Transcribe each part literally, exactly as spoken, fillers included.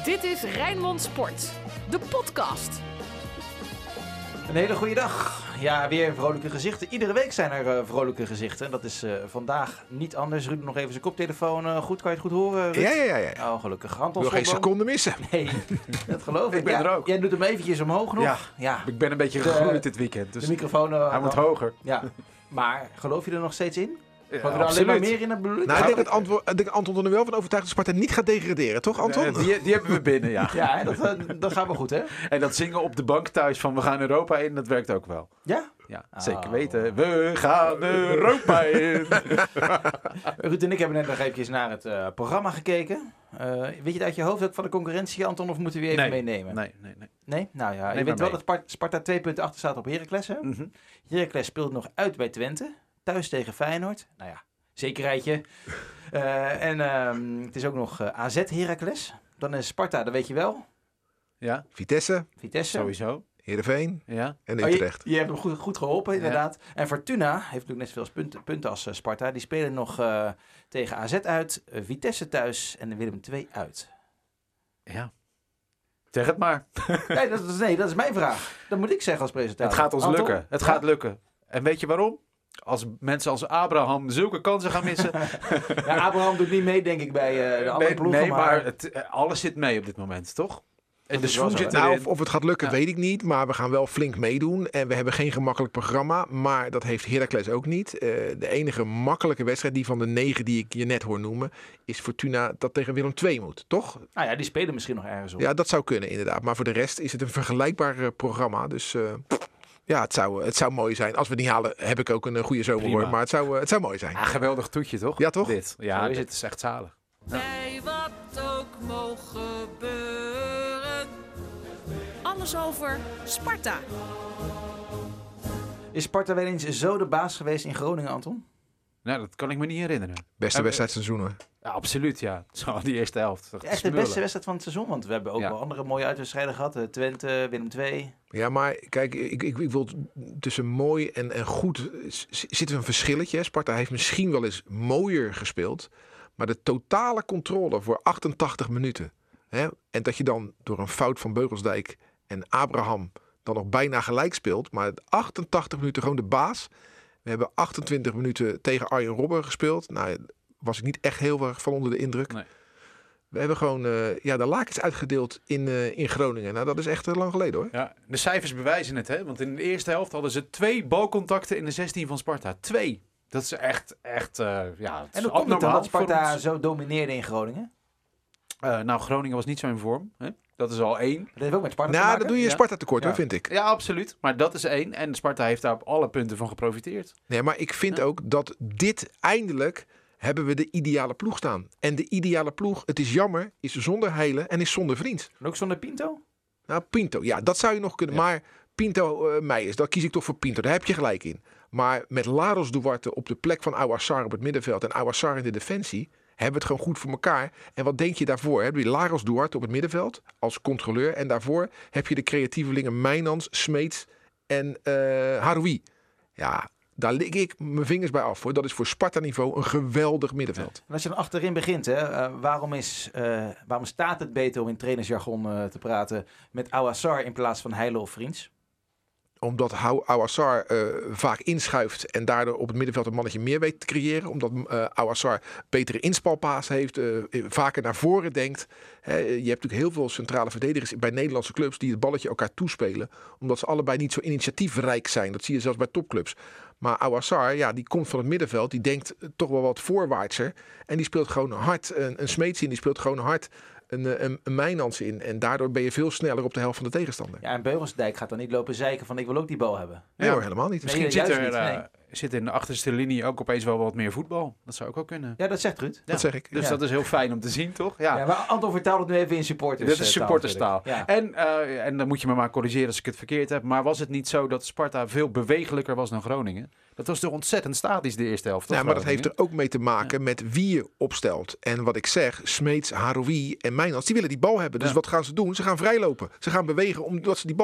Dit is Rijnmond Sport, de podcast. Een hele goede dag. Ja, weer vrolijke gezichten. Iedere week zijn er uh, vrolijke gezichten. Dat is uh, vandaag niet anders. Ruud nog even zijn koptelefoon uh, goed. Kan je het goed horen, Ruud? Ja, ja, ja. ja. Oh, gelukkig. Anton Ik wil geen seconde missen. Nee, dat geloof ik. Ik ben ja, er ook. Jij doet hem eventjes omhoog nog. Ja, ja. ik ben een beetje De- gegroeid dit weekend. Dus De microfoon... Uh, hij moet dan- hoger. Ja. Maar geloof je er nog steeds in? Ja, Want we er alleen maar meer in het bedoel ik? Nou, ik denk dat antwo- ik denk Anton er wel van overtuigd dat Sparta niet gaat degraderen, toch Anton? Eh, die, die hebben we binnen, ja. Ja, hè, dat, uh, dat gaat wel goed, hè? En dat zingen op de bank thuis van we gaan Europa in, dat werkt ook wel. Ja? Ja, Oh. zeker weten. We gaan Europa in. Ruud en ik hebben net nog eventjes naar het uh, programma gekeken. Uh, weet je het uit je hoofd ook van de concurrentie, Anton? Of moeten we die even Nee. meenemen? Nee, nee, nee. Nee? Nou ja, je Neem weet maar wel dat Spart- Sparta twee punten achter staat op Heracles, hè? Mhm. Heracles speelt nog uit bij Twente. Thuis tegen Feyenoord. Nou ja, zekerheidje. Uh, en uh, het is ook nog uh, A Z Heracles. Dan is Sparta, dat weet je wel. Ja, Vitesse, Vitesse. sowieso. Heerenveen Ja. en Oh, je, Utrecht. je hebt hem goed, goed geholpen, inderdaad. En Fortuna heeft natuurlijk net zoveel punten, punten als uh, Sparta. Die spelen nog uh, tegen A Z uit, uh, Vitesse thuis en Willem twee uit. Ja. Zeg het maar. Nee dat, is, nee, dat is mijn vraag. Dat moet ik zeggen als presentator. Het gaat ons Anton? lukken. Het Ja? gaat lukken. En weet je waarom? Als mensen als Abraham zulke kansen gaan missen. Ja, Abraham doet niet mee, denk ik, bij uh, de andere nee, ploegen. nee, maar, maar het, eh, alles zit mee op dit moment, toch? En de is wel schoen zo, zit hè? erin. Nou, of, of het gaat lukken, Ja. weet ik niet. Maar we gaan wel flink meedoen. En we hebben geen gemakkelijk programma. Maar dat heeft Heracles ook niet. Uh, de enige makkelijke wedstrijd, die van de negen die ik je net hoor noemen, is Fortuna dat tegen Willem twee moet, toch? Nou ja, die spelen misschien nog ergens op. Ja, dat zou kunnen inderdaad. Maar voor de rest is het een vergelijkbaar uh, programma. Dus uh, ja, het zou, het zou mooi zijn. Als we het niet halen, heb ik ook een uh, goede zomer Prima. hoor. Maar het zou, uh, het zou mooi zijn. Ah, geweldig toetje, toch? Ja, toch? Dit. Ja, Zo is dit het. is echt zalig. Bij wat ook mogen gebeuren. Alles over Sparta. Is Sparta wel eens zo de baas geweest in Groningen, Anton? Nou, dat kan ik me niet herinneren. Beste Ja, wedstrijd seizoen hoor. Ja, absoluut, ja. Zo, die eerste helft. Echt Echt de smullen. beste wedstrijd van het seizoen, want we hebben ook Ja. wel andere mooie uitwedstrijden gehad. Uh, Twente, Willem twee. Ja, maar kijk, ik, ik, ik wil tussen mooi en, en goed s- zit er een verschilletje. Sparta heeft misschien wel eens mooier gespeeld. Maar de totale controle voor achtentachtig minuten. Hè, en dat je dan door een fout van Beugelsdijk en Abraham dan nog bijna gelijk speelt. Maar achtentachtig minuten gewoon de baas. We hebben achtentwintig minuten tegen Arjen Robben gespeeld. Nou, was ik niet echt heel erg van onder de indruk. Nee. We hebben gewoon uh, ja, de lakens uitgedeeld in, uh, in Groningen. Nou, dat is echt uh, lang geleden hoor. Ja, de cijfers bewijzen het, hè. Want in de eerste helft hadden ze twee balcontacten in de zestien van Sparta. Twee. Dat is echt, echt, uh, ja, het En is hoe komt het dan abnormaal dat Sparta voor ons. zo domineerde in Groningen? Uh, nou, Groningen was niet zo in vorm. Hè? Dat is al één. Dat heeft ook met Sparta te Nou, maken? dat doe je Ja. Sparta tekort Ja. hoor, vind ik. Ja, absoluut. Maar dat is één. En Sparta heeft daar op alle punten van geprofiteerd. Nee, maar ik vind Ja. ook dat dit eindelijk hebben we de ideale ploeg staan. En de ideale ploeg, het is jammer, is zonder Heilen en is zonder Vriend. En ook zonder Pinto? Nou, Pinto, ja, dat zou je nog kunnen. Ja. Maar Pinto uh, Meijers, daar kies ik toch voor Pinto. Daar heb je gelijk in. Maar met Laros Duarte op de plek van Ouassar op het middenveld en Ouassar in de defensie, hebben we het gewoon goed voor elkaar. En wat denk je daarvoor? Heb je Laros Duarte op het middenveld als controleur. En daarvoor heb je de creatievelingen Mijnans, Smeets en uh, Haroui. Ja, daar lig ik mijn vingers bij af hoor. Dat is voor Sparta niveau een geweldig middenveld. En als je dan achterin begint, hè, uh, waarom, is, uh, waarom staat het beter om in trainersjargon uh, te praten met Ouassar in plaats van Heilen of Vriends? Omdat Ouassar uh, vaak inschuift en daardoor op het middenveld een mannetje meer weet te creëren. Omdat uh, Ouassar betere inspalpaas heeft, uh, vaker naar voren denkt. He, je hebt natuurlijk heel veel centrale verdedigers bij Nederlandse clubs die het balletje elkaar toespelen. Omdat ze allebei niet zo initiatiefrijk zijn. Dat zie je zelfs bij topclubs. Maar Ouassar, ja, die komt van het middenveld. Die denkt toch wel wat voorwaartser. En die speelt gewoon hard. Een, een Smeets in, die speelt gewoon hard. Een, een, een Mijnans in. En daardoor ben je veel sneller op de helft van de tegenstander. Ja, en Beugelsdijk gaat dan niet lopen zeiken van ik wil ook die bal hebben. Nee Ja. hoor, helemaal niet. Nee, Misschien juist zit er, niet, uh, nee. zit in de achterste linie ook opeens wel wat meer voetbal. Dat zou ook wel kunnen. Ja, dat zegt Ruud. Dat zeg ik. Dus Ja. dat is heel fijn om te zien, toch? Ja. Ja, maar Anton vertaalt het nu even in supporters. Dit is uh, taal supporterstaal. natuurlijk. Ja. En, uh, en dan moet je me maar corrigeren als ik het verkeerd heb. Maar was het niet zo dat Sparta veel bewegelijker was dan Groningen? Dat was toch ontzettend statisch de eerste helft. toch, Ja, maar dat heeft Groningen? er ook mee te maken met wie je opstelt. En wat ik zeg, Smeets, Haroui en Mijnans, die willen die bal hebben. Dus Ja. wat gaan ze doen? Ze gaan vrijlopen. Ze gaan bewegen omdat ze die bal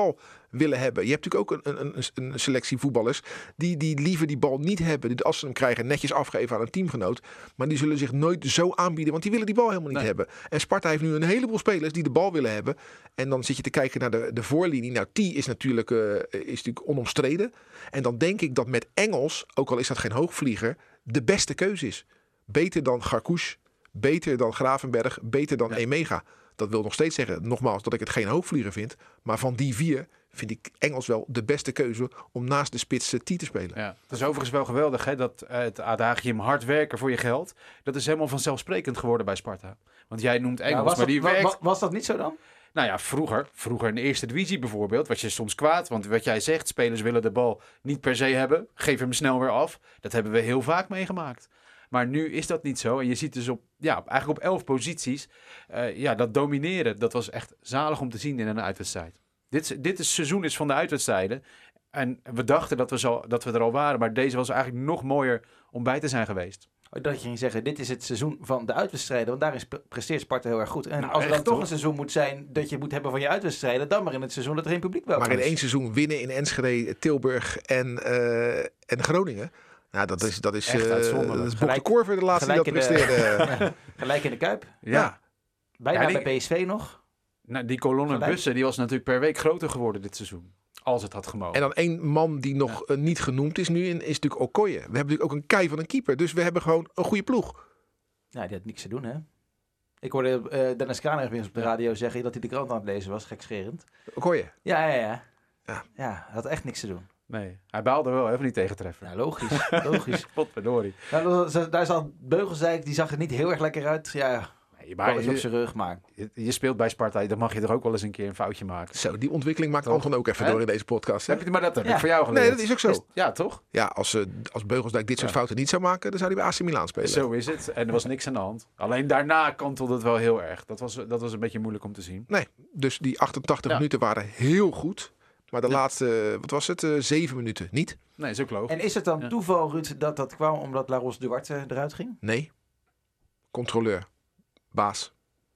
willen hebben. Je hebt natuurlijk ook een, een, een selectie voetballers die, die liever die bal niet hebben. Die als ze hem krijgen netjes afgeven aan een teamgenoot. Maar die zullen zich nooit zo aanbieden, want die willen die bal helemaal niet Nee. hebben. En Sparta heeft nu een heleboel spelers die de bal willen hebben. En dan zit je te kijken naar de, de voorlinie. Nou, die is natuurlijk, uh, is natuurlijk onomstreden. En dan denk ik dat met Engels, ook al is dat geen hoogvlieger, de beste keuze is. Beter dan Garkouche, beter dan Gravenberg, beter dan Ja. Emega. Dat wil nog steeds zeggen, nogmaals, dat ik het geen hoogvlieger vind. Maar van die vier vind ik Engels wel de beste keuze om naast de spits T te spelen. Ja. Het is overigens wel geweldig, hè, dat uh, het adagium hard werken voor je geld, dat is helemaal vanzelfsprekend geworden bij Sparta. Want jij noemt Engels, Ja, was, maar dat, die wa- werkt... wa- was dat niet zo dan? Nou ja, vroeger, vroeger in de eerste divisie bijvoorbeeld, was je soms kwaad. Want wat jij zegt, spelers willen de bal niet per se hebben. Geef hem snel weer af. Dat hebben we heel vaak meegemaakt. Maar nu is dat niet zo. En je ziet dus op, ja, eigenlijk op elf posities, uh, ja, dat domineren. Dat was echt zalig om te zien in een uitwedstrijd. Dit, dit is, seizoen is van de uitwedstrijden. En we dachten dat we, zo, dat we er al waren. Maar deze was eigenlijk nog mooier om bij te zijn geweest. Oh, dat je ging zeggen, dit is het seizoen van de uitwedstrijden. Want daarin sp- presteert Sparta heel erg goed. En Nou, als er dan echt, toch hoor. een seizoen moet zijn dat je moet hebben van je uitwedstrijden, dan maar in het seizoen dat er geen publiek welkom Maar in is. één seizoen winnen in Enschede, Tilburg en, uh, en Groningen. Nou, dat is, dat is, Echt uh, uitzonderlijk. dat is Bob Gelijk- de Korver de laatste die dat gelijk in de- presteerde. Ja, gelijk in de Kuip. Ja. Bijna Ja, die- bij P S V nog. Nou, die kolonne Gelijk. bussen die was natuurlijk per week groter geworden dit seizoen. Als het had gemogen. En dan één man die nog uh, niet genoemd is nu, in, is natuurlijk Okoye. We hebben natuurlijk ook een kei van een keeper. Dus we hebben gewoon een goede ploeg. Ja, die had niks te doen, hè? Ik hoorde uh, Dennis Kraner weer eens op de radio zeggen dat hij de krant aan het lezen was, gekscherend. Okoye. Ja, ja, ja. Ja. Ja, hij had echt niks te doen. Nee, hij baalde wel even niet tegentreffen. Ja, logisch, logisch. Potverdorie. Nou, dat was- daar zat Beugelsdijk, die zag er niet heel erg lekker uit. Ja, Nee, bal maar is op je, zijn rug, maar... je, je speelt bij Sparta, dan mag je er ook wel eens een keer een foutje maken. Zo, die ontwikkeling maakt Toch? Anton ook even Hè? door in deze podcast. Hè? Heb je, maar dat heb Ja. ik voor jou geleerd. Nee, dat is ook zo. Is- ja, toch? Ja, als, uh, als Beugelsdijk dit soort Ja. fouten niet zou maken, dan zou hij bij A C Milan spelen. Zo is het. En er was niks aan de hand. Alleen daarna kantelde het wel heel erg. Dat was, dat was een beetje moeilijk om te zien. Nee, dus die achtentachtig Ja. minuten waren heel goed. Maar de Ja. laatste, wat was het, uh, zeven minuten niet? Nee, is ook logisch. En is het dan Ja. toeval, Ruud, dat dat kwam omdat Laros Duarte eruit ging? Nee. Controleur. Baas.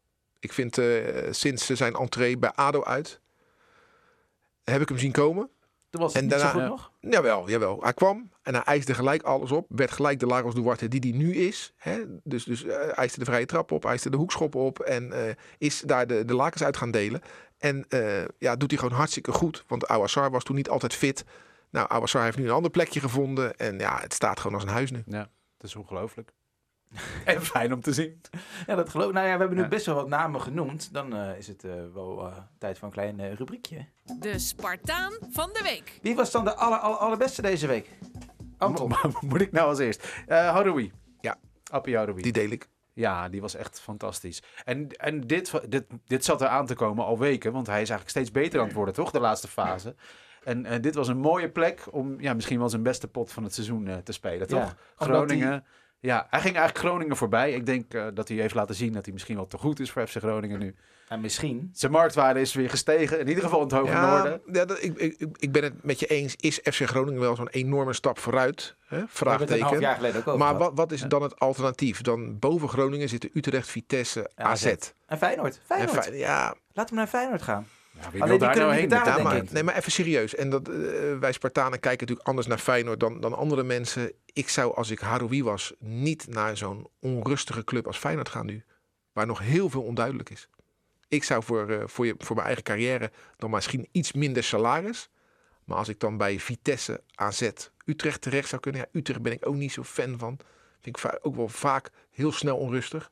Ik vind uh, sinds zijn entree bij ADO uit, heb ik hem zien komen. Toen was het En niet daarna- zo goed ja. nog? Jawel, jawel. Hij kwam en hij eiste gelijk alles op. Werd gelijk de Laros Duarte die die nu is. Hè? Dus, dus uh, eiste de vrije trap op, eiste de hoekschop op. En uh, is daar de, de lakens uit gaan delen. En uh, ja, doet hij gewoon hartstikke goed. Want Ouassar was toen niet altijd fit. Nou, Ouassar heeft nu een ander plekje gevonden. En ja, het staat gewoon als een huis nu. Ja, het is ongelooflijk. En fijn om te zien. Ja, dat geloof ik. Nou ja, we hebben nu Ja. best wel wat namen genoemd. Dan uh, is het uh, wel uh, tijd voor een klein uh, rubriekje. De Spartaan van de week. Wie was dan de aller, aller, allerbeste deze week? Anton. Mo- Moet ik nou als eerst? Uh, Haroui. Ja. Appie Haroui. Die deel ik. Ja, die was echt fantastisch. En, en dit, dit, dit zat er aan te komen al weken. Want hij is eigenlijk steeds beter aan het worden, toch? De laatste fase. En, en dit was een mooie plek om ja, misschien wel zijn beste pot van het seizoen uh, te spelen, toch? Ja, Groningen. Ja, hij ging eigenlijk Groningen voorbij. Ik denk uh, dat hij heeft laten zien dat hij misschien wel te goed is voor F C Groningen nu. En misschien. Zijn marktwaarde is weer gestegen. In ieder geval in het hoge Ja, noorden. ja dat, ik, ik, ik ben het met je eens. Is F C Groningen wel zo'n enorme stap vooruit? Hè? We hebben het een half Vraagteken. jaar geleden ook over Maar gehad. wat, wat is dan het alternatief? Dan boven Groningen zitten Utrecht, Vitesse, Ja, A Z. En Feyenoord. En Feyenoord. Fey- ja, Laten we naar Feyenoord gaan. Ja, wie Alleen wil die daar kunnen nou niet heen? betalen, ja, denk maar, ik. nee, maar even serieus. En dat, uh, wij Spartanen kijken natuurlijk anders naar Feyenoord dan, dan andere mensen. Ik zou, als ik Haroui was, niet naar zo'n onrustige club als Feyenoord gaan nu. Waar nog heel veel onduidelijk is. Ik zou voor, uh, voor, je, voor mijn eigen carrière dan misschien iets minder salaris. Maar als ik dan bij Vitesse, A Z, Utrecht terecht zou kunnen. Ja, Utrecht ben ik ook niet zo fan van. Vind ik va- ook wel vaak heel snel onrustig.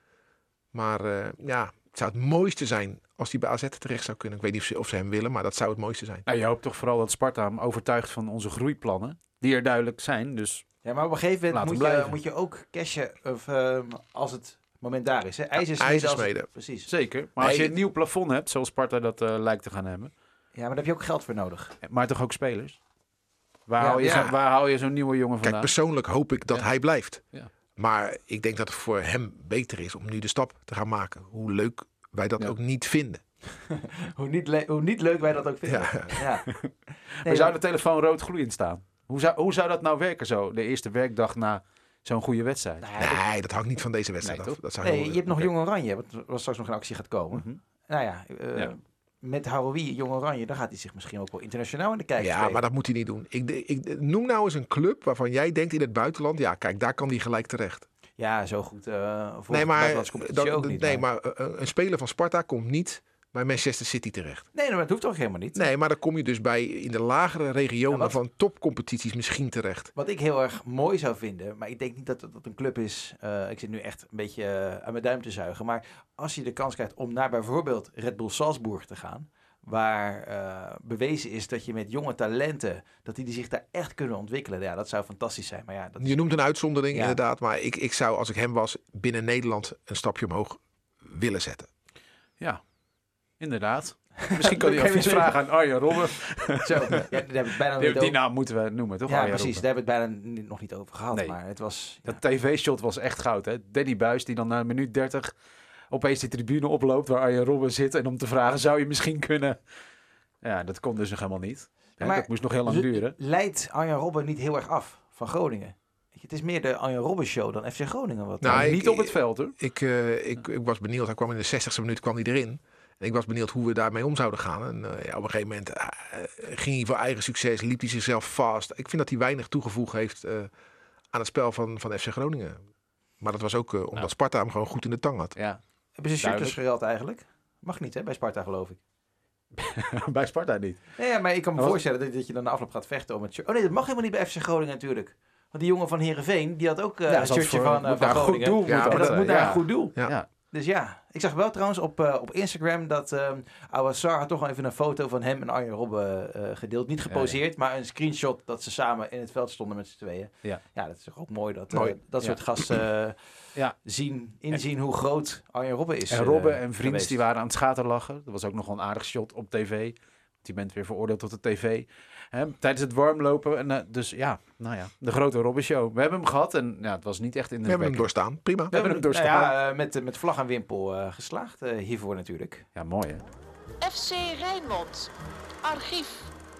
Maar uh, ja, het zou het mooiste zijn als hij bij A Z terecht zou kunnen. Ik weet niet of ze, of ze hem willen, maar dat zou het mooiste zijn. Nou, je hoopt toch vooral dat Sparta hem overtuigt van onze groeiplannen. Die er duidelijk zijn, dus... Ja, maar op een gegeven Laat moment hem moet je, blijven. moet je ook cashen of, uh, als het moment daar is. Hè? IJzersmeden. IJzersmeden. als- Precies. Zeker. Maar als Nee, je een nieuw plafond hebt, zoals Sparta dat uh, lijkt te gaan hebben. Ja, maar daar heb je ook geld voor nodig. Maar toch ook spelers? Waar, Ja, haal, je ja. zo, waar haal je zo'n nieuwe jongen Kijk, vandaan? persoonlijk hoop ik dat Ja. hij blijft. Ja. Maar ik denk dat het voor hem beter is om nu de stap te gaan maken. Hoe leuk wij dat Ja. ook niet vinden. Hoe niet, le- hoe niet leuk wij dat ook vinden. Ja. Ja. We Nee, zou de telefoon rood gloeiend staan. Hoe zou, hoe zou dat nou werken zo? De eerste werkdag na zo'n goede wedstrijd. nou ja, dat- Nee, dat hangt niet van deze wedstrijd Nee, af. toch? Dat zou nee, heel- je hebt nog oké. Jong Oranje, wat, wat straks nog in actie gaat komen. Mhm. Nou ja, uh, Ja. met Haroui, Jong Oranje, dan gaat hij zich misschien ook wel internationaal in de kijker Ja, spelen. maar dat moet hij niet doen. Ik, ik, noem nou eens een club waarvan jij denkt in het buitenland, ja, kijk, daar kan hij gelijk terecht. Ja, zo goed. Uh, voor nee, maar, dat, ook niet, nee, maar. maar uh, een speler van Sparta komt niet bij Manchester City terecht. Nee, maar dat hoeft toch helemaal niet? Nee, maar dan kom je dus bij in de lagere regionen ja, van topcompetities misschien terecht. Wat ik heel erg mooi zou vinden, maar ik denk niet dat dat een club is. Uh, ik zit nu echt een beetje uh, aan mijn duim te zuigen. Maar als je de kans krijgt om naar bijvoorbeeld Red Bull Salzburg te gaan, waar uh, bewezen is dat je met jonge talenten, dat die zich daar echt kunnen ontwikkelen. Ja, dat zou fantastisch zijn. Maar ja, dat is... Je noemt een uitzondering ja. inderdaad, maar ik, ik zou als ik hem was binnen Nederland een stapje omhoog willen zetten. Ja, inderdaad. Misschien kan hij advies vragen aan Arjen Robben. Zo, ja, daar heb ik bijna die, die naam moeten we noemen, toch? Ja, Arjen precies. Robben. Daar hebben we het bijna nog niet over gehad. Nee. Maar het was, ja. Dat tv-shot was echt goud, hè? Danny Buis, die dan na een minuut dertig opeens de tribune oploopt waar Arjen Robben zit. En om te vragen, zou je misschien kunnen... Ja, dat kon dus nog helemaal niet. Ja, maar dat moest nog heel lang duren. Leidt Arjen Robben niet heel erg af van Groningen? Het is meer de Arjen Robben show dan F C Groningen. Wat nou, nou, ik, niet op het veld, hoor. Ik, uh, ik, ik was benieuwd. Hij kwam in de zestigste minuut kwam hij erin. En ik was benieuwd hoe we daarmee om zouden gaan. En uh, ja, op een gegeven moment uh, ging hij voor eigen succes, liep hij zichzelf vast. Ik vind dat hij weinig toegevoegd heeft uh, aan het spel van, van F C Groningen. Maar dat was ook uh, omdat nou. Sparta hem gewoon goed in de tang had. Ja. Hebben ze shirtjes gereld eigenlijk? Mag niet, hè, bij Sparta, geloof ik. Bij Sparta niet. Nee, ja, maar ik kan me oh. voorstellen dat, dat je dan de afloop gaat vechten om het shirt. Oh nee, dat mag helemaal niet bij F C Groningen natuurlijk. Want die jongen van Heerenveen, die had ook uh, ja, een shirtje voor, van, uh, van Groningen. Goed doel, ja, moet en dat, dat moet naar ja. een goed doel. Ja. Ja. Dus ja, ik zag wel trouwens op, uh, op Instagram dat uh, Awassar had toch wel even een foto van hem en Arjen Robben uh, gedeeld. Niet geposeerd, ja, ja. maar een screenshot dat ze samen in het veld stonden met z'n tweeën. Ja, ja dat is toch ook mooi dat uh, mooi. dat soort ja. gasten uh, ja. zien, inzien en, hoe groot Arjen Robben is. En Robben uh, en Vriends geweest. Die waren aan het schaterlachen. Dat was ook nog wel een aardig shot op tv. Je bent weer veroordeeld tot de tv. Hè, tijdens het warmlopen. En, uh, dus ja, nou ja, de grote Robben show. We hebben hem gehad en ja, het was niet echt in de We hebben hem doorstaan, prima. We, we hebben hem doorstaan. Nou ja, uh, met, met vlag en wimpel uh, geslaagd uh, hiervoor natuurlijk. Ja, mooi hè. F C Rijnmond, archief.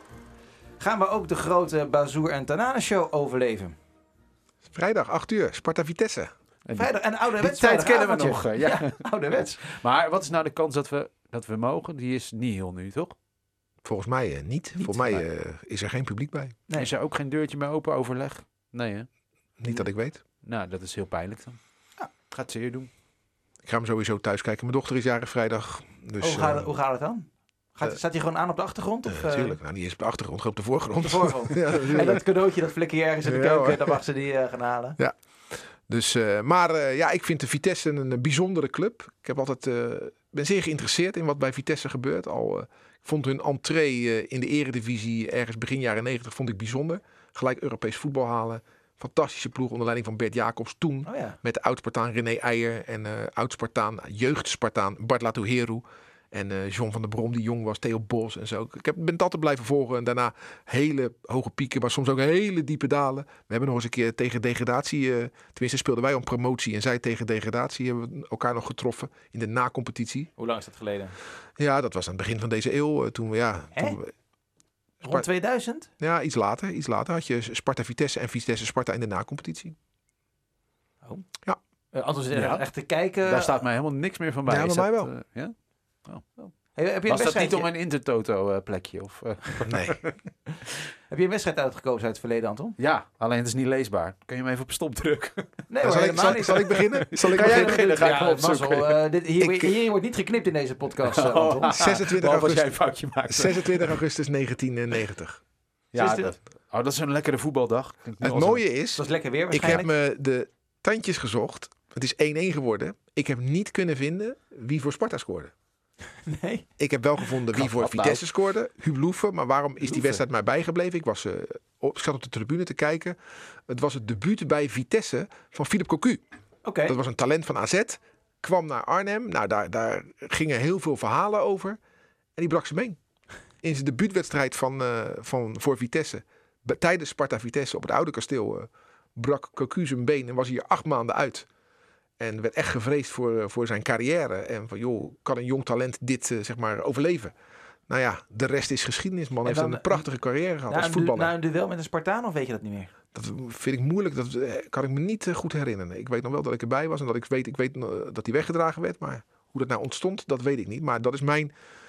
Gaan we ook de grote Bazoer en Tanane show overleven? Vrijdag, acht uur, Sparta Vitesse. En Vrijdag, en ouderwets. Die tijd kennen we nog. Uh, ja. ja, ouderwets. Maar wat is nou de kans dat we, dat we mogen? Die is niet heel nu, toch? Volgens mij uh, niet. niet. Volgens mij uh, is er geen publiek bij. Nee. Is er ook geen deurtje meer open overleg? Nee hè? Niet dat ik weet. Nou, dat is heel pijnlijk dan. Ja. Gaat ze hier doen. Ik ga hem sowieso thuis kijken. Mijn dochter is jarig vrijdag. Dus, hoe, gaat het, uh, hoe gaat het dan? Gaat, uh, staat hij gewoon aan op de achtergrond? Of, uh, natuurlijk. Nou, niet eens op de achtergrond, gewoon op de voorgrond. Op de voorgrond. ja, en dat cadeautje, dat flikker je ergens in de ja, keuken, hoor. Dan mag ze die uh, gaan halen. Ja. Dus, uh, maar uh, ja, ik vind de Vitesse een, een bijzondere club. Ik heb altijd, uh, ben zeer geïnteresseerd in wat bij Vitesse gebeurt. Al, uh, ik vond hun entree uh, in de eredivisie ergens begin jaren negentig vond ik bijzonder. Gelijk Europees voetbal halen. Fantastische ploeg onder leiding van Bert Jacobs toen. Oh ja. Met de oud-Spartaan René Eijer en uh, oud-Spartaan, jeugd-Spartaan Bart Latoheru. En uh, John van der Brom, die jong was, Theo Bos en zo. Ik heb, ben het altijd blijven volgen. En daarna hele hoge pieken, maar soms ook hele diepe dalen. We hebben nog eens een keer tegen degradatie... Uh, tenminste speelden wij om promotie en zij tegen degradatie. Hebben we elkaar nog getroffen in de na-competitie. Hoe lang is dat geleden? Ja, dat was aan het begin van deze eeuw. Uh, toen we, ja... Toen we, Rond tweeduizend? Ja, iets later. Iets later had je Sparta-Vitesse en Vitesse-Sparta in de na-competitie. Oh. Ja. Uh, Anders ja. echt te kijken... Daar staat mij helemaal niks meer van bij. Ja, bij mij wel. Uh, ja? Oh, oh. Hey, heb je Was een dat niet om een Intertoto uh, plekje? Of, uh... Nee. Heb je een wedstrijd uitgekozen uit het verleden, Anton? Ja, alleen het is niet leesbaar. Kun je hem even op stop drukken? Nee, ja, zal, ik, zal, zal ik beginnen? Zal ik kan jij beginnen? beginnen? Ga ik ja, mazzel, uh, dit, hier, ik, hier wordt niet geknipt in deze podcast, uh, Anton. Oh, zesentwintig augustus, jij een foutje maakt. zesentwintig augustus negentien negentig. Ja, dat, oh, dat is een lekkere voetbaldag. Het mooie is, dat was lekker weer ik heb me de tandjes gezocht. Het is één-één geworden. Ik heb niet kunnen vinden wie voor Sparta scoorde. Nee. Ik heb wel gevonden wie voor Vitesse scoorde. Huub Loefe. Maar waarom is die wedstrijd mij bijgebleven? Ik, was, uh, op, ik zat op de tribune te kijken. Het was het debuut bij Vitesse van Philippe Cocu. Okay. Dat was een talent van A Z. Kwam naar Arnhem. Nou, daar, daar gingen heel veel verhalen over. En die brak zijn been. In zijn debuutwedstrijd van, uh, van, voor Vitesse. Be- tijdens Sparta-Vitesse op het Oude Kasteel uh, brak Cocu zijn been. En was hier acht maanden uit. En werd echt gevreesd voor, voor zijn carrière. En van, joh, kan een jong talent dit uh, zeg maar overleven? Nou ja, de rest is geschiedenis. Man heeft dan, een prachtige carrière gehad als voetballer. Na een duel met een Spartaan of weet je dat niet meer? Dat vind ik moeilijk. Dat kan ik me niet uh, goed herinneren. Ik weet nog wel dat ik erbij was. En dat ik weet, ik weet uh, dat hij weggedragen werd. Maar hoe dat nou ontstond, dat weet ik niet. Maar dat is mijn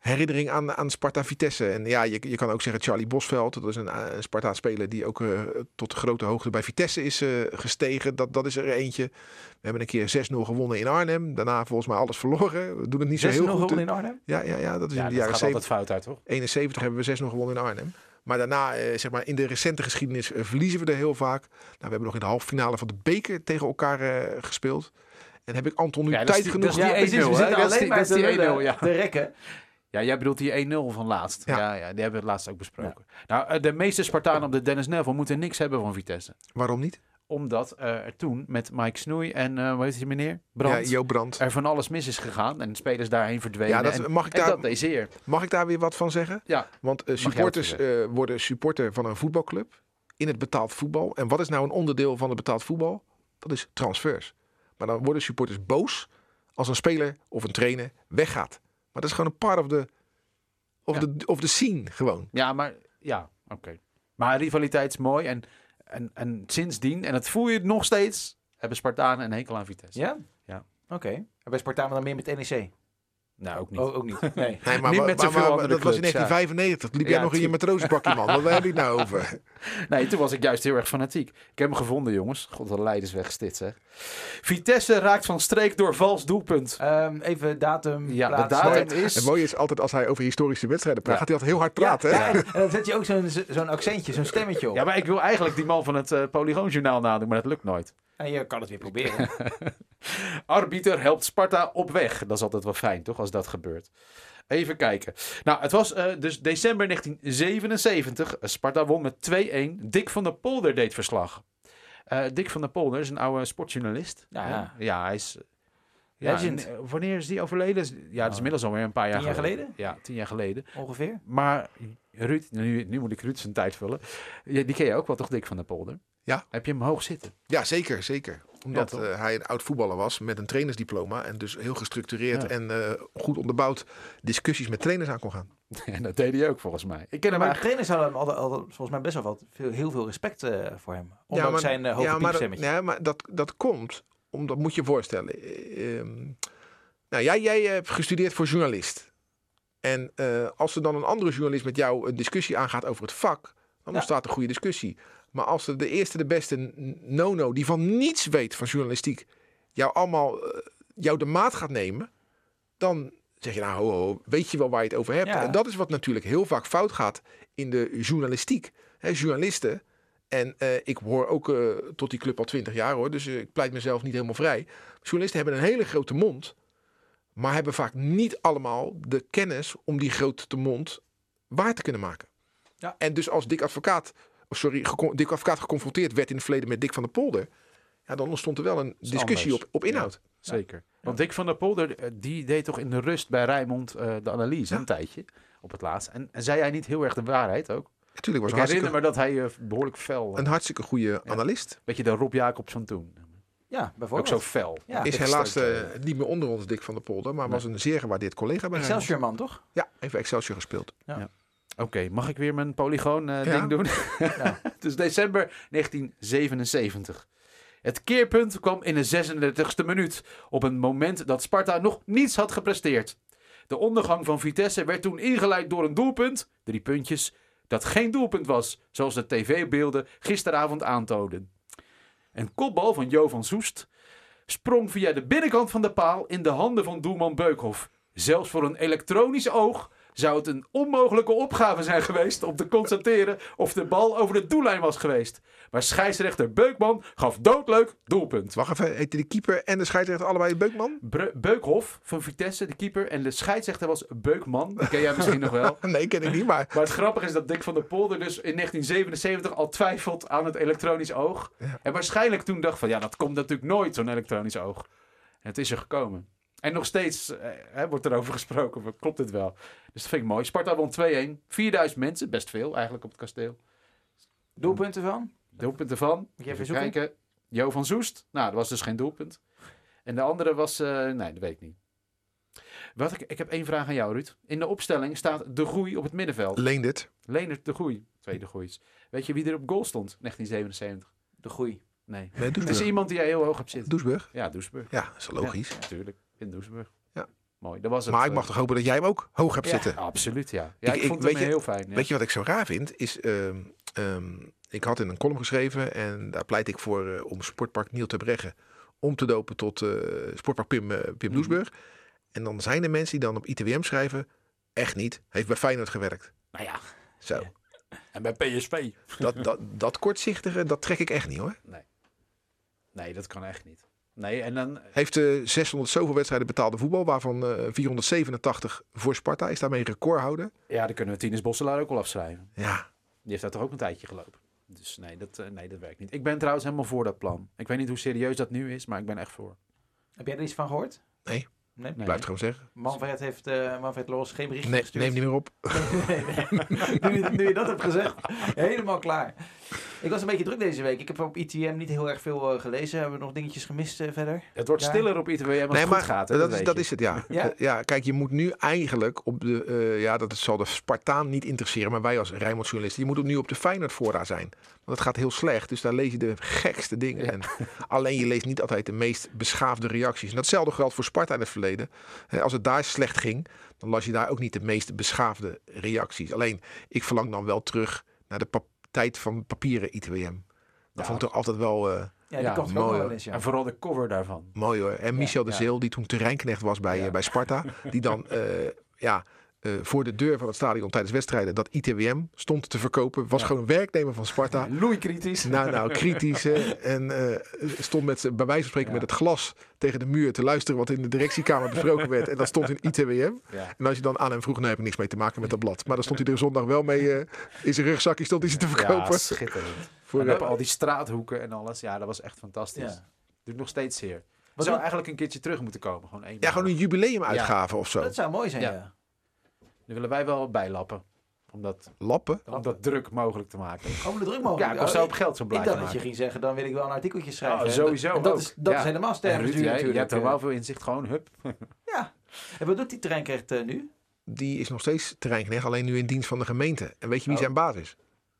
herinnering aan, aan Sparta Vitesse. En ja, je, je kan ook zeggen Charlie Bosveld. Dat is een, een Sparta-speler die ook uh, tot grote hoogte bij Vitesse is uh, gestegen. Dat, dat is er eentje. We hebben een keer zes nul gewonnen in Arnhem. Daarna volgens mij alles verloren. We doen het niet zo heel goed. zes nul gewonnen in Arnhem? Ja, ja, ja, dat is Ja, in de dat jaren gaat zeventig. altijd fout uit, toch? eenenzeventig hebben we zes nul gewonnen in Arnhem. Maar daarna, uh, zeg maar, in de recente geschiedenis uh, verliezen we er heel vaak. Nou, we hebben nog in de halve finale van de beker tegen elkaar uh, gespeeld. En heb ik Anton nu Ja, dat is tijd die- genoeg... dat is die Ja, één precies. nul, We hè? zitten Dat is alleen die- maar dat is die te lullen, één nul, ja. te rekken. Ja, jij bedoelt die één nul van laatst. Ja. Ja, ja, die hebben we het laatst ook besproken. Nou, uh, de meeste Spartanen op de Dennis Neville moeten niks hebben van Vitesse. Waarom niet? Omdat uh, er toen met Mike Snoei en, uh, hoe heet die meneer? Brand, Ja, Joop Brandt. er van alles mis is gegaan. En spelers daarheen verdwenen. Ja, dat, en, mag, ik en daar, dat deze heer. mag ik daar weer wat van zeggen? Ja, Want uh, jij supporters wat uh, worden supporter van een voetbalclub in het betaald voetbal. En wat is nou een onderdeel van het betaald voetbal? Dat is transfers. Maar dan worden supporters boos als een speler of een trainer weggaat. Maar dat is gewoon een part of the, of Ja. the, of the scene gewoon. ja maar ja, oké. Okay. Maar rivaliteit is mooi. En, en, en sindsdien, en dat voel je nog steeds, hebben Spartanen een hekel aan Vitesse. Ja? Ja. Oké. En bij Spartaan dan meer met N E C? Nou, ook niet. Oh, ook niet. Nee. Nee, maar, Niet maar- met maar- zoveel maar- andere dat was in clubs, negentien vijfennegentig. Liep Ja, jij nog in je tuurlijk. matrozenpakje, man. Wat waar heb je het nou over? Nee, toen was ik juist heel erg fanatiek. Ik heb hem gevonden, jongens. God, wat Leidersweg is dit, zeg. Vitesse raakt van streek door vals doelpunt. Ehm, even datum, Ja, de plaats, datum tijd. is... Het mooie is altijd als hij over historische wedstrijden praat, Ja. gaat hij altijd heel hard praten. Ja, hè? ja, en, en dan zet je ook zo'n zo'n accentje, zo'n stemmetje op. Ja, maar ik wil eigenlijk die man van het uh, Polygoonjournaal nadoen, maar dat lukt nooit. En je kan het weer proberen. Arbiter helpt Sparta op weg. Dat is altijd wel fijn, toch, als dat gebeurt. Even kijken. Nou, het was uh, dus december negentien zevenenzeventig. Sparta won met twee-een. Dick van der Polder deed verslag. Uh, Dick van der Polder is een oude sportjournalist. Ja, ja. ja hij is... Ja, Legend. en, uh, wanneer is die overleden? Ja, dat is inmiddels alweer een paar jaar Tien jaar geleden. Ja, tien jaar geleden. Ongeveer. Maar Ruud, nu, nu moet ik Ruud zijn tijd vullen. Ja, die ken je ook wel, toch, Dick van der Polder? Ja. Heb je hem hoog zitten? Ja, zeker, zeker. Omdat Ja, toch? uh, hij een oud voetballer was met een trainersdiploma. En dus heel gestructureerd Ja. en uh, goed onderbouwd discussies met trainers aan kon gaan. En dat deed hij ook, volgens mij. Ik ken hem Maar eigenlijk... trainers hadden hem altijd, altijd, volgens mij best wel wat, veel, heel veel respect uh, voor hem. Ondanks ja, maar, zijn uh, hoge ja, maar, dat, piepstemmetje. ja, maar dat, dat komt, omdat moet je je voorstellen. Uh, um, nou, jij, jij hebt gestudeerd voor journalist. En uh, als er dan een andere journalist met jou een discussie aangaat over het vak, dan Ja. ontstaat een goede discussie. Maar als er de eerste, de beste nono, die van niets weet van journalistiek, jou allemaal, uh, jou de maat gaat nemen, dan zeg je nou, ho, ho, weet je wel waar je het over hebt. Ja. En dat is wat natuurlijk heel vaak fout gaat in de journalistiek. He, journalisten, en uh, ik hoor ook uh, tot die club al twintig jaar hoor, dus uh, ik pleit mezelf niet helemaal vrij. Journalisten hebben een hele grote mond, maar hebben vaak niet allemaal de kennis om die grote mond waar te kunnen maken. Ja. En dus als Dick Advocaat, oh sorry, gecon- Dick Advocaat geconfronteerd werd in het verleden met Dick van der Polder, ja, dan ontstond er wel een is discussie anders. op, op inhoud. Zeker. Want Dick van der Polder, uh, die deed toch in de rust bij Rijnmond uh, de analyse Ja. een tijdje op het laatst. En, en zei hij niet heel erg de waarheid ook? Natuurlijk was Ik een herinner hartstikke, me dat hij uh, behoorlijk fel... Uh, een hartstikke goede analist. beetje de Rob Jacobs van toen. Ja, Ook bijvoorbeeld. zo fel. Ja. Is Ik helaas steun, uh, niet meer onder ons Dick van der Polder, maar Nee. was een zeer gewaardeerd collega bij Rijnmond. Excelsior man, toch? Ja, even Excelsior gespeeld. Oké, okay, mag ik weer mijn polygoon uh, Ja. ding doen? Ja. Dus december negentien zevenenzeventig. Het keerpunt kwam in de zesendertigste minuut. Op een moment dat Sparta nog niets had gepresteerd. De ondergang van Vitesse werd toen ingeleid door een doelpunt, drie puntjes, dat geen doelpunt was, zoals de tv-beelden gisteravond aantoonden. Een kopbal van Jo van Soest sprong via de binnenkant van de paal in de handen van doelman Beukhoff. Zelfs voor een elektronisch oog zou het een onmogelijke opgave zijn geweest om te constateren of de bal over de doellijn was geweest. Maar scheidsrechter Beukman gaf doodleuk doelpunt. Wacht even, heette de keeper en de scheidsrechter allebei Beukman? Bre- Beukhoff van Vitesse, de keeper, en de scheidsrechter was Beukman. Die ken jij misschien nog wel. Nee, ken ik niet, maar... Maar het grappige is dat Dick van der Polder dus in negentien zevenenzeventig al twijfelt aan het elektronisch oog. Ja. En waarschijnlijk toen dacht van, ja, dat komt natuurlijk nooit, zo'n elektronisch oog. En het is er gekomen. En nog steeds eh, hè, wordt erover gesproken, maar klopt dit wel? Dus dat vind ik mooi. Sparta won twee-een. vierduizend mensen, best veel eigenlijk op het kasteel. Doelpunten van? Doelpunten van, Moet je even even zoeken? kijken, Jo van Soest. Nou, dat was dus geen doelpunt. En de andere was, uh, nee, dat weet ik niet. Wat ik, ik heb één vraag aan jou, Ruud. In de opstelling staat De Goei op het middenveld. Leendert. Leonard De Goei, twee De Goeis. Weet je wie er op goal stond, negentien zevenenzeventig? De Goeie. Nee. Nee, Het is Doesburg. iemand die jij heel hoog hebt zitten. Doesburg? Ja, Doesburg. Ja, dat is logisch. Ja, natuurlijk. In Doesburg. Ja. Mooi. Dat was het, Maar ik uh, mag toch hopen dat jij hem ook hoog hebt Ja. zitten. Absoluut, ja. Ja, Ik- ik, ik- vond weet hem je- heel fijn. Ja. Weet je wat ik zo raar vind? Is, ehm, ehm, ik had in een column geschreven en daar pleit ik voor uh, om Sportpark Niel te Breggen om te dopen tot uh, Sportpark Pim, uh, Pim Doesburg. En dan zijn er mensen die dan op I T W M schrijven, echt niet, heeft bij Feyenoord gewerkt. Nou ja, Zo, Ja. en bij P S V. dat, dat, dat kortzichtige, dat trek ik echt niet hoor. Nee. Nee, dat kan echt niet. Nee, en dan... Heeft uh, zeshonderd zoveel wedstrijden betaalde voetbal, waarvan uh, vierhonderdzevenentachtig voor Sparta. Is daarmee recordhouder. Ja, dan kunnen we Tinus Bosselaar ook al afschrijven. Ja, Die heeft daar toch ook een tijdje gelopen. Dus nee dat, uh, nee, dat werkt niet. Ik ben trouwens helemaal voor dat plan. Ik weet niet hoe serieus dat nu is, maar ik ben echt voor. Heb jij er iets van gehoord? Nee. Nee? Nee. blijf het gewoon zeggen. Manfred heeft uh, Manfred Los geen bericht Nee, gestuurd. neem niet meer op. nee, nee. Nu, je- nu je dat hebt gezegd, helemaal klaar. Ik was een beetje druk deze week. Ik heb op I T M niet heel erg veel uh, gelezen. Hebben we nog dingetjes gemist uh, verder? Het wordt Ja. stiller op I T W M als Nee, het goed maar gaat. Hè, dat, is, weet dat je. is het, ja. Ja? Eh, ja, kijk, je moet nu eigenlijk op de... eh, ja, dat zal de Spartaan niet interesseren, maar wij als Rijnmond-journalisten, je moet ook nu op de Feyenoord-fora zijn. Want het gaat heel slecht, dus daar lees je de gekste dingen. Ja. En alleen je leest niet altijd de meest beschaafde reacties. En datzelfde geldt voor Sparta in het verleden. Eh, als het daar slecht ging, dan las je daar ook niet de meest beschaafde reacties. Alleen, ik verlang dan wel terug naar de pap- tijd van papieren I T W M. Dat Ja. vond ik toch altijd wel... eh, Ja, die Ja, komt er ook mooi, nog wel hoor. eens, ja. En vooral de cover daarvan. Mooi hoor. En Michel de ja. Zeel, die toen terreinknecht was bij, Ja. eh, bij Sparta. Die dan eh, ja, eh, voor de deur van het stadion tijdens wedstrijden dat I T W M stond te verkopen. Was Ja. gewoon een werknemer van Sparta. Loei kritisch. Nou, nou, kritisch. hè. En eh, stond met, z'n- bij wijze van spreken Ja. met het glas tegen de muur te luisteren wat in de directiekamer besproken werd. En dat stond in I T W M. Ja. En als je dan aan hem vroeg, nou heb ik niks mee te maken met dat blad. Maar dan stond hij er zondag wel mee eh, in zijn rugzakje stond hij ze te verkopen. Ja, schitterend. Voor, En eh, op al die straathoeken en alles. Ja, dat was echt fantastisch. Ja. Doet nog steeds zeer. We Wat zou dan? eigenlijk een keertje terug moeten komen. Gewoon één ja, gewoon een jubileumuitgave of zo. Dat zou mooi zijn, ja. Ja. Daar willen wij wel bijlappen. Om dat, Lappen. om dat druk mogelijk te maken. Gewoon de druk mogelijk. Ja, ik zou Oh, op geld zo ik blijven dacht dat je maken. ging zeggen, dan wil ik wel een artikeltje schrijven. Oh, En sowieso dat, en dat ook. is, dat Ja. is helemaal En sterk Ruud, natuurlijk. jij, jij hebt er eh. wel veel inzicht. Gewoon, hup. Ja. En wat doet die terreinknecht uh, nu? Die is nog steeds terreinknecht, alleen nu in dienst van de gemeente. En weet je wie Oh. zijn baas is?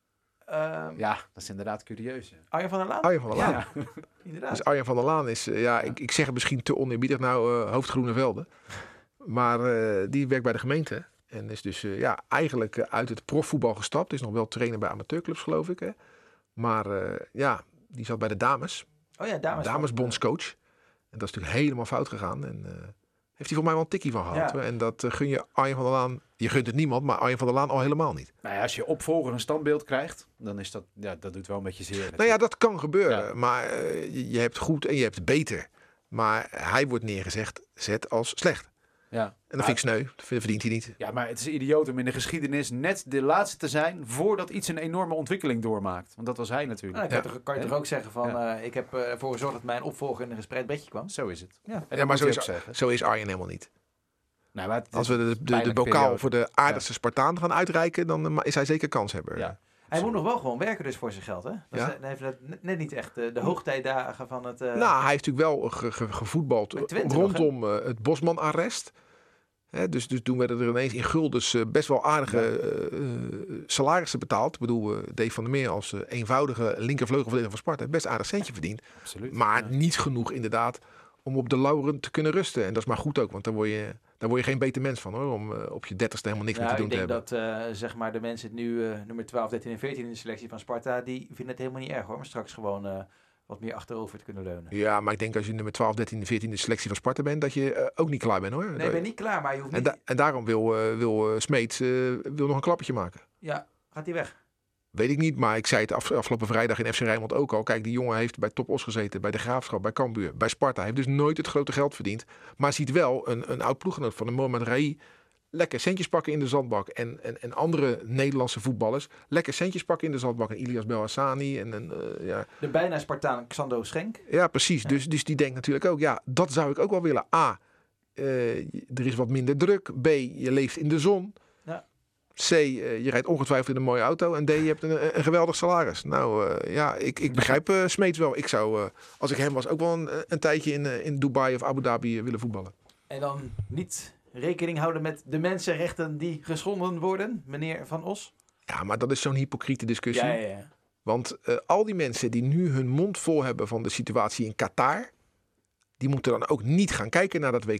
Ehm Ja, dat is inderdaad curieus. Ja. Arjen van der Laan? Arjen van der Laan. Ja. Inderdaad. Dus Arjen van der Laan is, uh, ja, ik, ik zeg het misschien te oneerbiedig, nou, uh, hoofd Groene Velden. Maar uh, die werkt bij de gemeente. En is dus uh, ja, eigenlijk uh, uit het profvoetbal gestapt. Is nog wel trainer bij amateurclubs, geloof ik. Hè. Maar uh, ja, die zat bij de dames. Oh ja, dames. Damesbondscoach. En dat is natuurlijk helemaal fout gegaan. En uh, heeft hij voor mij wel een tikkie van gehad. Ja. En dat uh, gun je Arjen van der Laan. Je gunt het niemand, maar Arjen van der Laan al helemaal niet. Nou ja, als je opvolger een standbeeld krijgt, dan is dat, ja, dat doet wel een beetje zeer. Nou ja, dat kan gebeuren. Ja. Maar uh, je, je hebt goed en je hebt beter. Maar hij wordt neergezet zet als slecht. Ja. En dat vind ik sneu. Dat verdient hij niet. Ja, maar het is idioot om in de geschiedenis net de laatste te zijn voordat iets een enorme ontwikkeling doormaakt. Want dat was hij natuurlijk. Nou, dan kan, Ja. je toch, kan je toch ook zeggen van, Ja. uh, ik heb uh, ervoor gezorgd dat mijn opvolger in een gespreid bedje kwam. Zo is het. Ja. En dat Ja, maar moet zo je is, ook zeggen. zo is Arjen helemaal niet. Nou, maar het is Als we de, de, de pijnlijke bokaal periode. voor de aardigste Spartaan gaan uitreiken, dan uh, is hij zeker kanshebber. Ja. Hij moet nog wel gewoon werken dus voor zijn geld, hè? Dat Ja. is, dan heeft dat net- net niet echt uh, de hoogtijdagen van het... Uh, Nou, hij heeft natuurlijk wel ge, ge, gevoetbald Bij Twente rondom uh, het Bosman-arrest. Hè, dus, dus toen werden er ineens in guldens uh, best wel aardige uh, uh, salarissen betaald. Ik bedoel, uh, Dave van der Meer als uh, eenvoudige linkervleugelverdediger van Sparta heeft best aardig centje verdiend. Absoluut. Maar Ja. niet genoeg inderdaad om op de lauren te kunnen rusten. En dat is maar goed ook, want daar word je, daar word je geen beter mens van hoor. Om uh, op je dertigste helemaal niks nou, meer te doen ik te denk hebben. dat uh, zeg maar de mensen nu uh, nummer twaalf, dertien en veertien in de selectie van Sparta, die vinden het helemaal niet erg hoor. Maar straks gewoon uh, wat meer achterover te kunnen leunen. Ja, maar ik denk als je nummer twaalf, dertien, veertien in de selectie van Sparta bent, dat je uh, ook niet klaar bent hoor. Nee, ik ben niet klaar, maar je hoeft en, niet... da- en daarom wil, uh, wil uh, Smeets uh, wil nog een klappertje maken. Ja, gaat hij weg? Weet ik niet, maar ik zei het af, afgelopen vrijdag in F C Rijnmond ook al. Kijk, die jongen heeft bij Top Os gezeten, bij de Graafschap, bij Cambuur, bij Sparta. Hij heeft dus nooit het grote geld verdiend. Maar ziet wel een, een oud ploeggenoot van de Mohamed Rai lekker centjes pakken in de zandbak. En, en, en andere Nederlandse voetballers lekker centjes pakken in de zandbak. En Ilias Belhassani en, en uh, ja... De bijna Spartaan Xando Schenk. Ja, precies. Ja. Dus, dus die denkt natuurlijk ook, ja, dat zou ik ook wel willen. A, uh, er is wat minder druk. B, je leeft in de zon. Ja. C, uh, je rijdt ongetwijfeld in een mooie auto. En D, je hebt een, een geweldig salaris. Nou uh, ja, ik, ik begrijp uh, Smeets wel. Ik zou, uh, als ik hem was, ook wel een, een tijdje in, uh, in Dubai of Abu Dhabi uh, willen voetballen. En dan niet rekening houden met de mensenrechten die geschonden worden, meneer Van Os? Ja, maar dat is zo'n hypocriete discussie. Ja, ja, ja. Want uh, al die mensen die nu hun mond vol hebben van de situatie in Qatar, die moeten dan ook niet gaan kijken naar dat W K.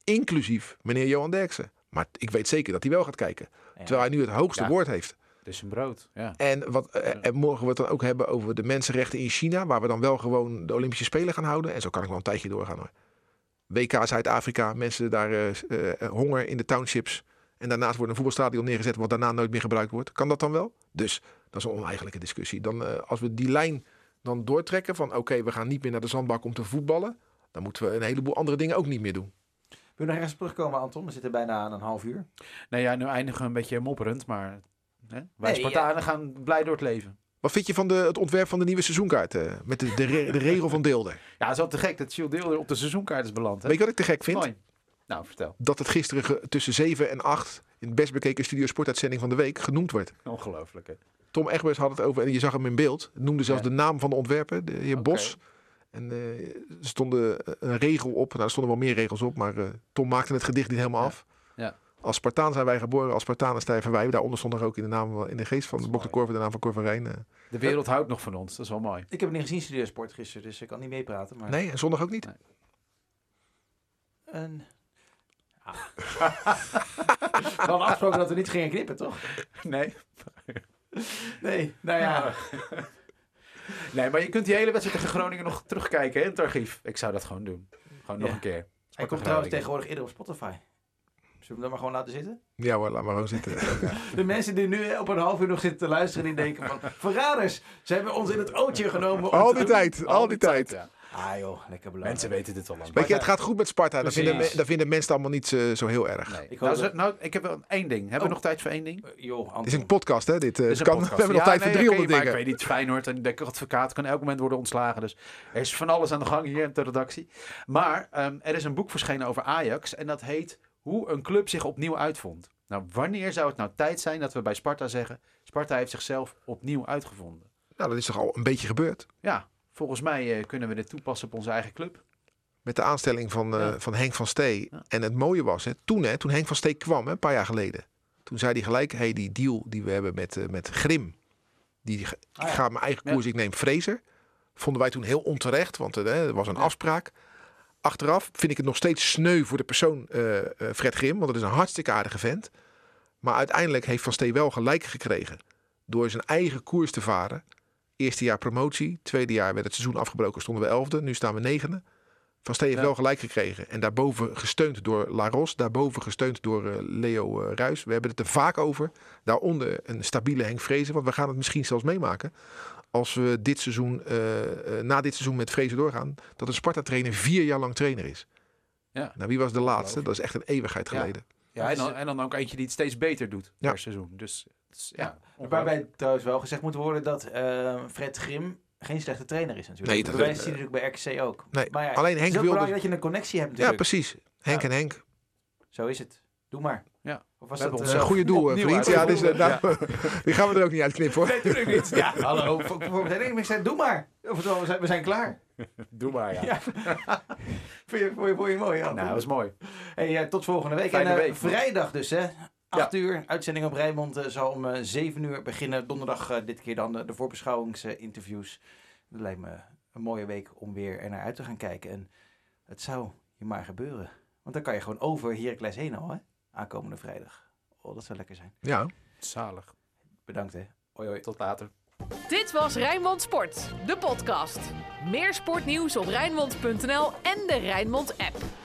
Inclusief meneer Johan Derksen. Maar ik weet zeker dat hij wel gaat kijken. Ja. Terwijl hij nu het hoogste Ja. woord heeft. Het is een brood, ja. En, wat, eh, en morgen we het dan ook hebben over de mensenrechten in China. Waar we dan wel gewoon de Olympische Spelen gaan houden. En zo kan ik wel een tijdje doorgaan hoor. W K Zuid-Afrika, mensen daar uh, uh, honger in de townships. En daarnaast wordt een voetbalstadion neergezet wat daarna nooit meer gebruikt wordt. Kan dat dan wel? Dus dat is een oneigenlijke discussie. Dan, uh, als we die lijn dan doortrekken van oké, okay, we gaan niet meer naar de zandbak om te voetballen. Dan moeten we een heleboel andere dingen ook niet meer doen. Wil je nog ergens terugkomen, Anton? We zitten bijna aan een half uur. Nou ja, nu eindigen we een beetje mopperend, maar hè? wij Nee, Spartanen gaan blij door het leven. Wat vind je van de, het ontwerp van de nieuwe seizoenkaart? Uh, met de, de, re- de regel van Deelder. Ja, het is wel te gek dat Jules Deelder op de seizoenkaart is beland. Hè? Weet je wat ik te gek vind? Mooi. Nou, vertel. Dat het gisteren ge- tussen zeven en acht in de best bekeken Studio Sportuitzending van de week genoemd wordt. Ongelooflijk, hè? Tom Egbers had het over, en je zag hem in beeld. Het noemde zelfs Ja. de naam van de ontwerper, de heer Oké. Bos. En uh, er stond een regel op. Nou, er stonden wel meer regels op, maar uh, Tom maakte het gedicht niet helemaal Ja. af. Ja. Als Spartaan zijn wij geboren, als Spartanen sterven wij. Daaronder stond er ook in de naam, in de geest van de Bok de Korver, de naam van Cor van Rijn. Uh. De wereld houdt nog van ons, dat is wel mooi. Ik heb het niet gezien, Studio Sport gisteren, dus ik kan niet meepraten. Maar... Nee, en zondag ook niet. Nee. En... Ah. We hadden afgesproken dat we niet gingen knippen, toch? Nee. Nee, nou ja. Nee, maar je kunt die hele wedstrijd tegen Groningen nog terugkijken hè, in het archief. Ik zou dat gewoon doen. Gewoon nog Ja. een keer. Hij komt trouwens tegenwoordig eerder op Spotify. Zullen we hem dan maar gewoon laten zitten? Ja hoor, laat maar gewoon zitten. De mensen die nu op een half uur nog zitten te luisteren, die denken van... Verraders, ze hebben ons in het ootje genomen. om Al te- die tijd, al die tijd. Ja. Ah joh, lekker belangrijk. Mensen weten dit al lang. Weet je, het gaat goed met Sparta. Daar Precies. vinden, me- daar vinden mensen allemaal niet uh, zo heel erg. Nee. Ik nou, hoop zo- dat- nou, ik heb wel één ding. Hebben we Oh. nog tijd voor één ding? Uh, joh, Anton. Het is een podcast, hè? Dit, uh, Dit is een kan, podcast. we hebben nog Ja, tijd voor nee, driehonderd oké, maar dingen. ik weet niet, Feyenoord en de advocaat kan elk moment worden ontslagen. Dus er is van alles aan de gang hier in de redactie. Maar um, er is een boek verschenen over Ajax. En dat heet Hoe een club zich opnieuw uitvond. Nou, wanneer zou het nou tijd zijn dat we bij Sparta zeggen... Sparta heeft zichzelf opnieuw uitgevonden. Nou, dat is toch al een beetje gebeurd. Ja, volgens mij uh, kunnen we dit toepassen op onze eigen club. Met de aanstelling van, uh, Ja. van Henk van Stee. Ja. En het mooie was, hè, toen, hè, toen Henk van Stee kwam, hè, een paar jaar geleden. Toen zei hij gelijk, hey, die deal die we hebben met, uh, met Grim. Die, ik Ah, ja. ga mijn eigen koers, Ja. ik neem Fraser. Vonden wij toen heel onterecht, want uh, er was een Ja. afspraak. Achteraf vind ik het nog steeds sneu voor de persoon uh, uh, Fred Grim. Want het is een hartstikke aardige vent. Maar uiteindelijk heeft Van Stee wel gelijk gekregen. Door zijn eigen koers te varen. Eerste jaar promotie. Tweede jaar werd het seizoen afgebroken. Stonden we elfde. Nu staan we negende. Van Stee heeft Ja. wel gelijk gekregen. En daarboven gesteund door Laros. Daarboven gesteund door uh, Leo uh, Ruijs. We hebben het er vaak over. Daaronder een stabiele Henk Vrezen. Want we gaan het misschien zelfs meemaken. Als we dit seizoen, uh, uh, na dit seizoen met Vrezen doorgaan. Dat een Sparta-trainer vier jaar lang trainer is. Ja. Nou, wie was de laatste? Dat is echt een eeuwigheid Ja. geleden. Ja, en, dan, en dan ook eentje die het steeds beter doet Ja. per seizoen. Dus, dus ja, Ja. Waarbij trouwens wel gezegd moet worden dat uh, Fred Grim geen slechte trainer is natuurlijk. Nee, dat dat- bewijst hij natuurlijk bij R K C ook. Nee, Maar ja, alleen het Henk is ook wilde... belangrijk dat je een connectie hebt Ja, natuurlijk. precies. Henk Ja. en Henk. Zo is het. Doe maar. Ja. Of was We hebben dat... Dat is uh, een goede doel, eh, opnieuw vriend. Ja, dit is, uh, uitgevonden. nou, die gaan we er ook niet uitknippen hoor. Nee, natuurlijk niet. Ja, hallo. Voor, voor, voor, ik zei, doe maar. Oftewel, we zijn, we zijn klaar. Doe maar, ja. Ja. Vond je, vond je, vond je mooi, Anton? Nou, dat is mooi. Hey, uh, tot volgende week. Fijne en uh, week. vrijdag dus, hè. acht uur, uitzending op Rijnmond. Uh, zal om uh, zeven uur beginnen. Donderdag uh, dit keer dan uh, de voorbeschouwingsinterviews. Dat lijkt me een mooie week om weer er naar uit te gaan kijken. En het zou je maar gebeuren. Want dan kan je gewoon over Heracles heen al, hè. Aankomende vrijdag. Oh, dat zou lekker zijn. Ja. Zalig. Bedankt, hè. Hoi, hoi. Tot later. Dit was Rijnmond Sport, de podcast. Meer sportnieuws op Rijnmond punt n l en de Rijnmond app.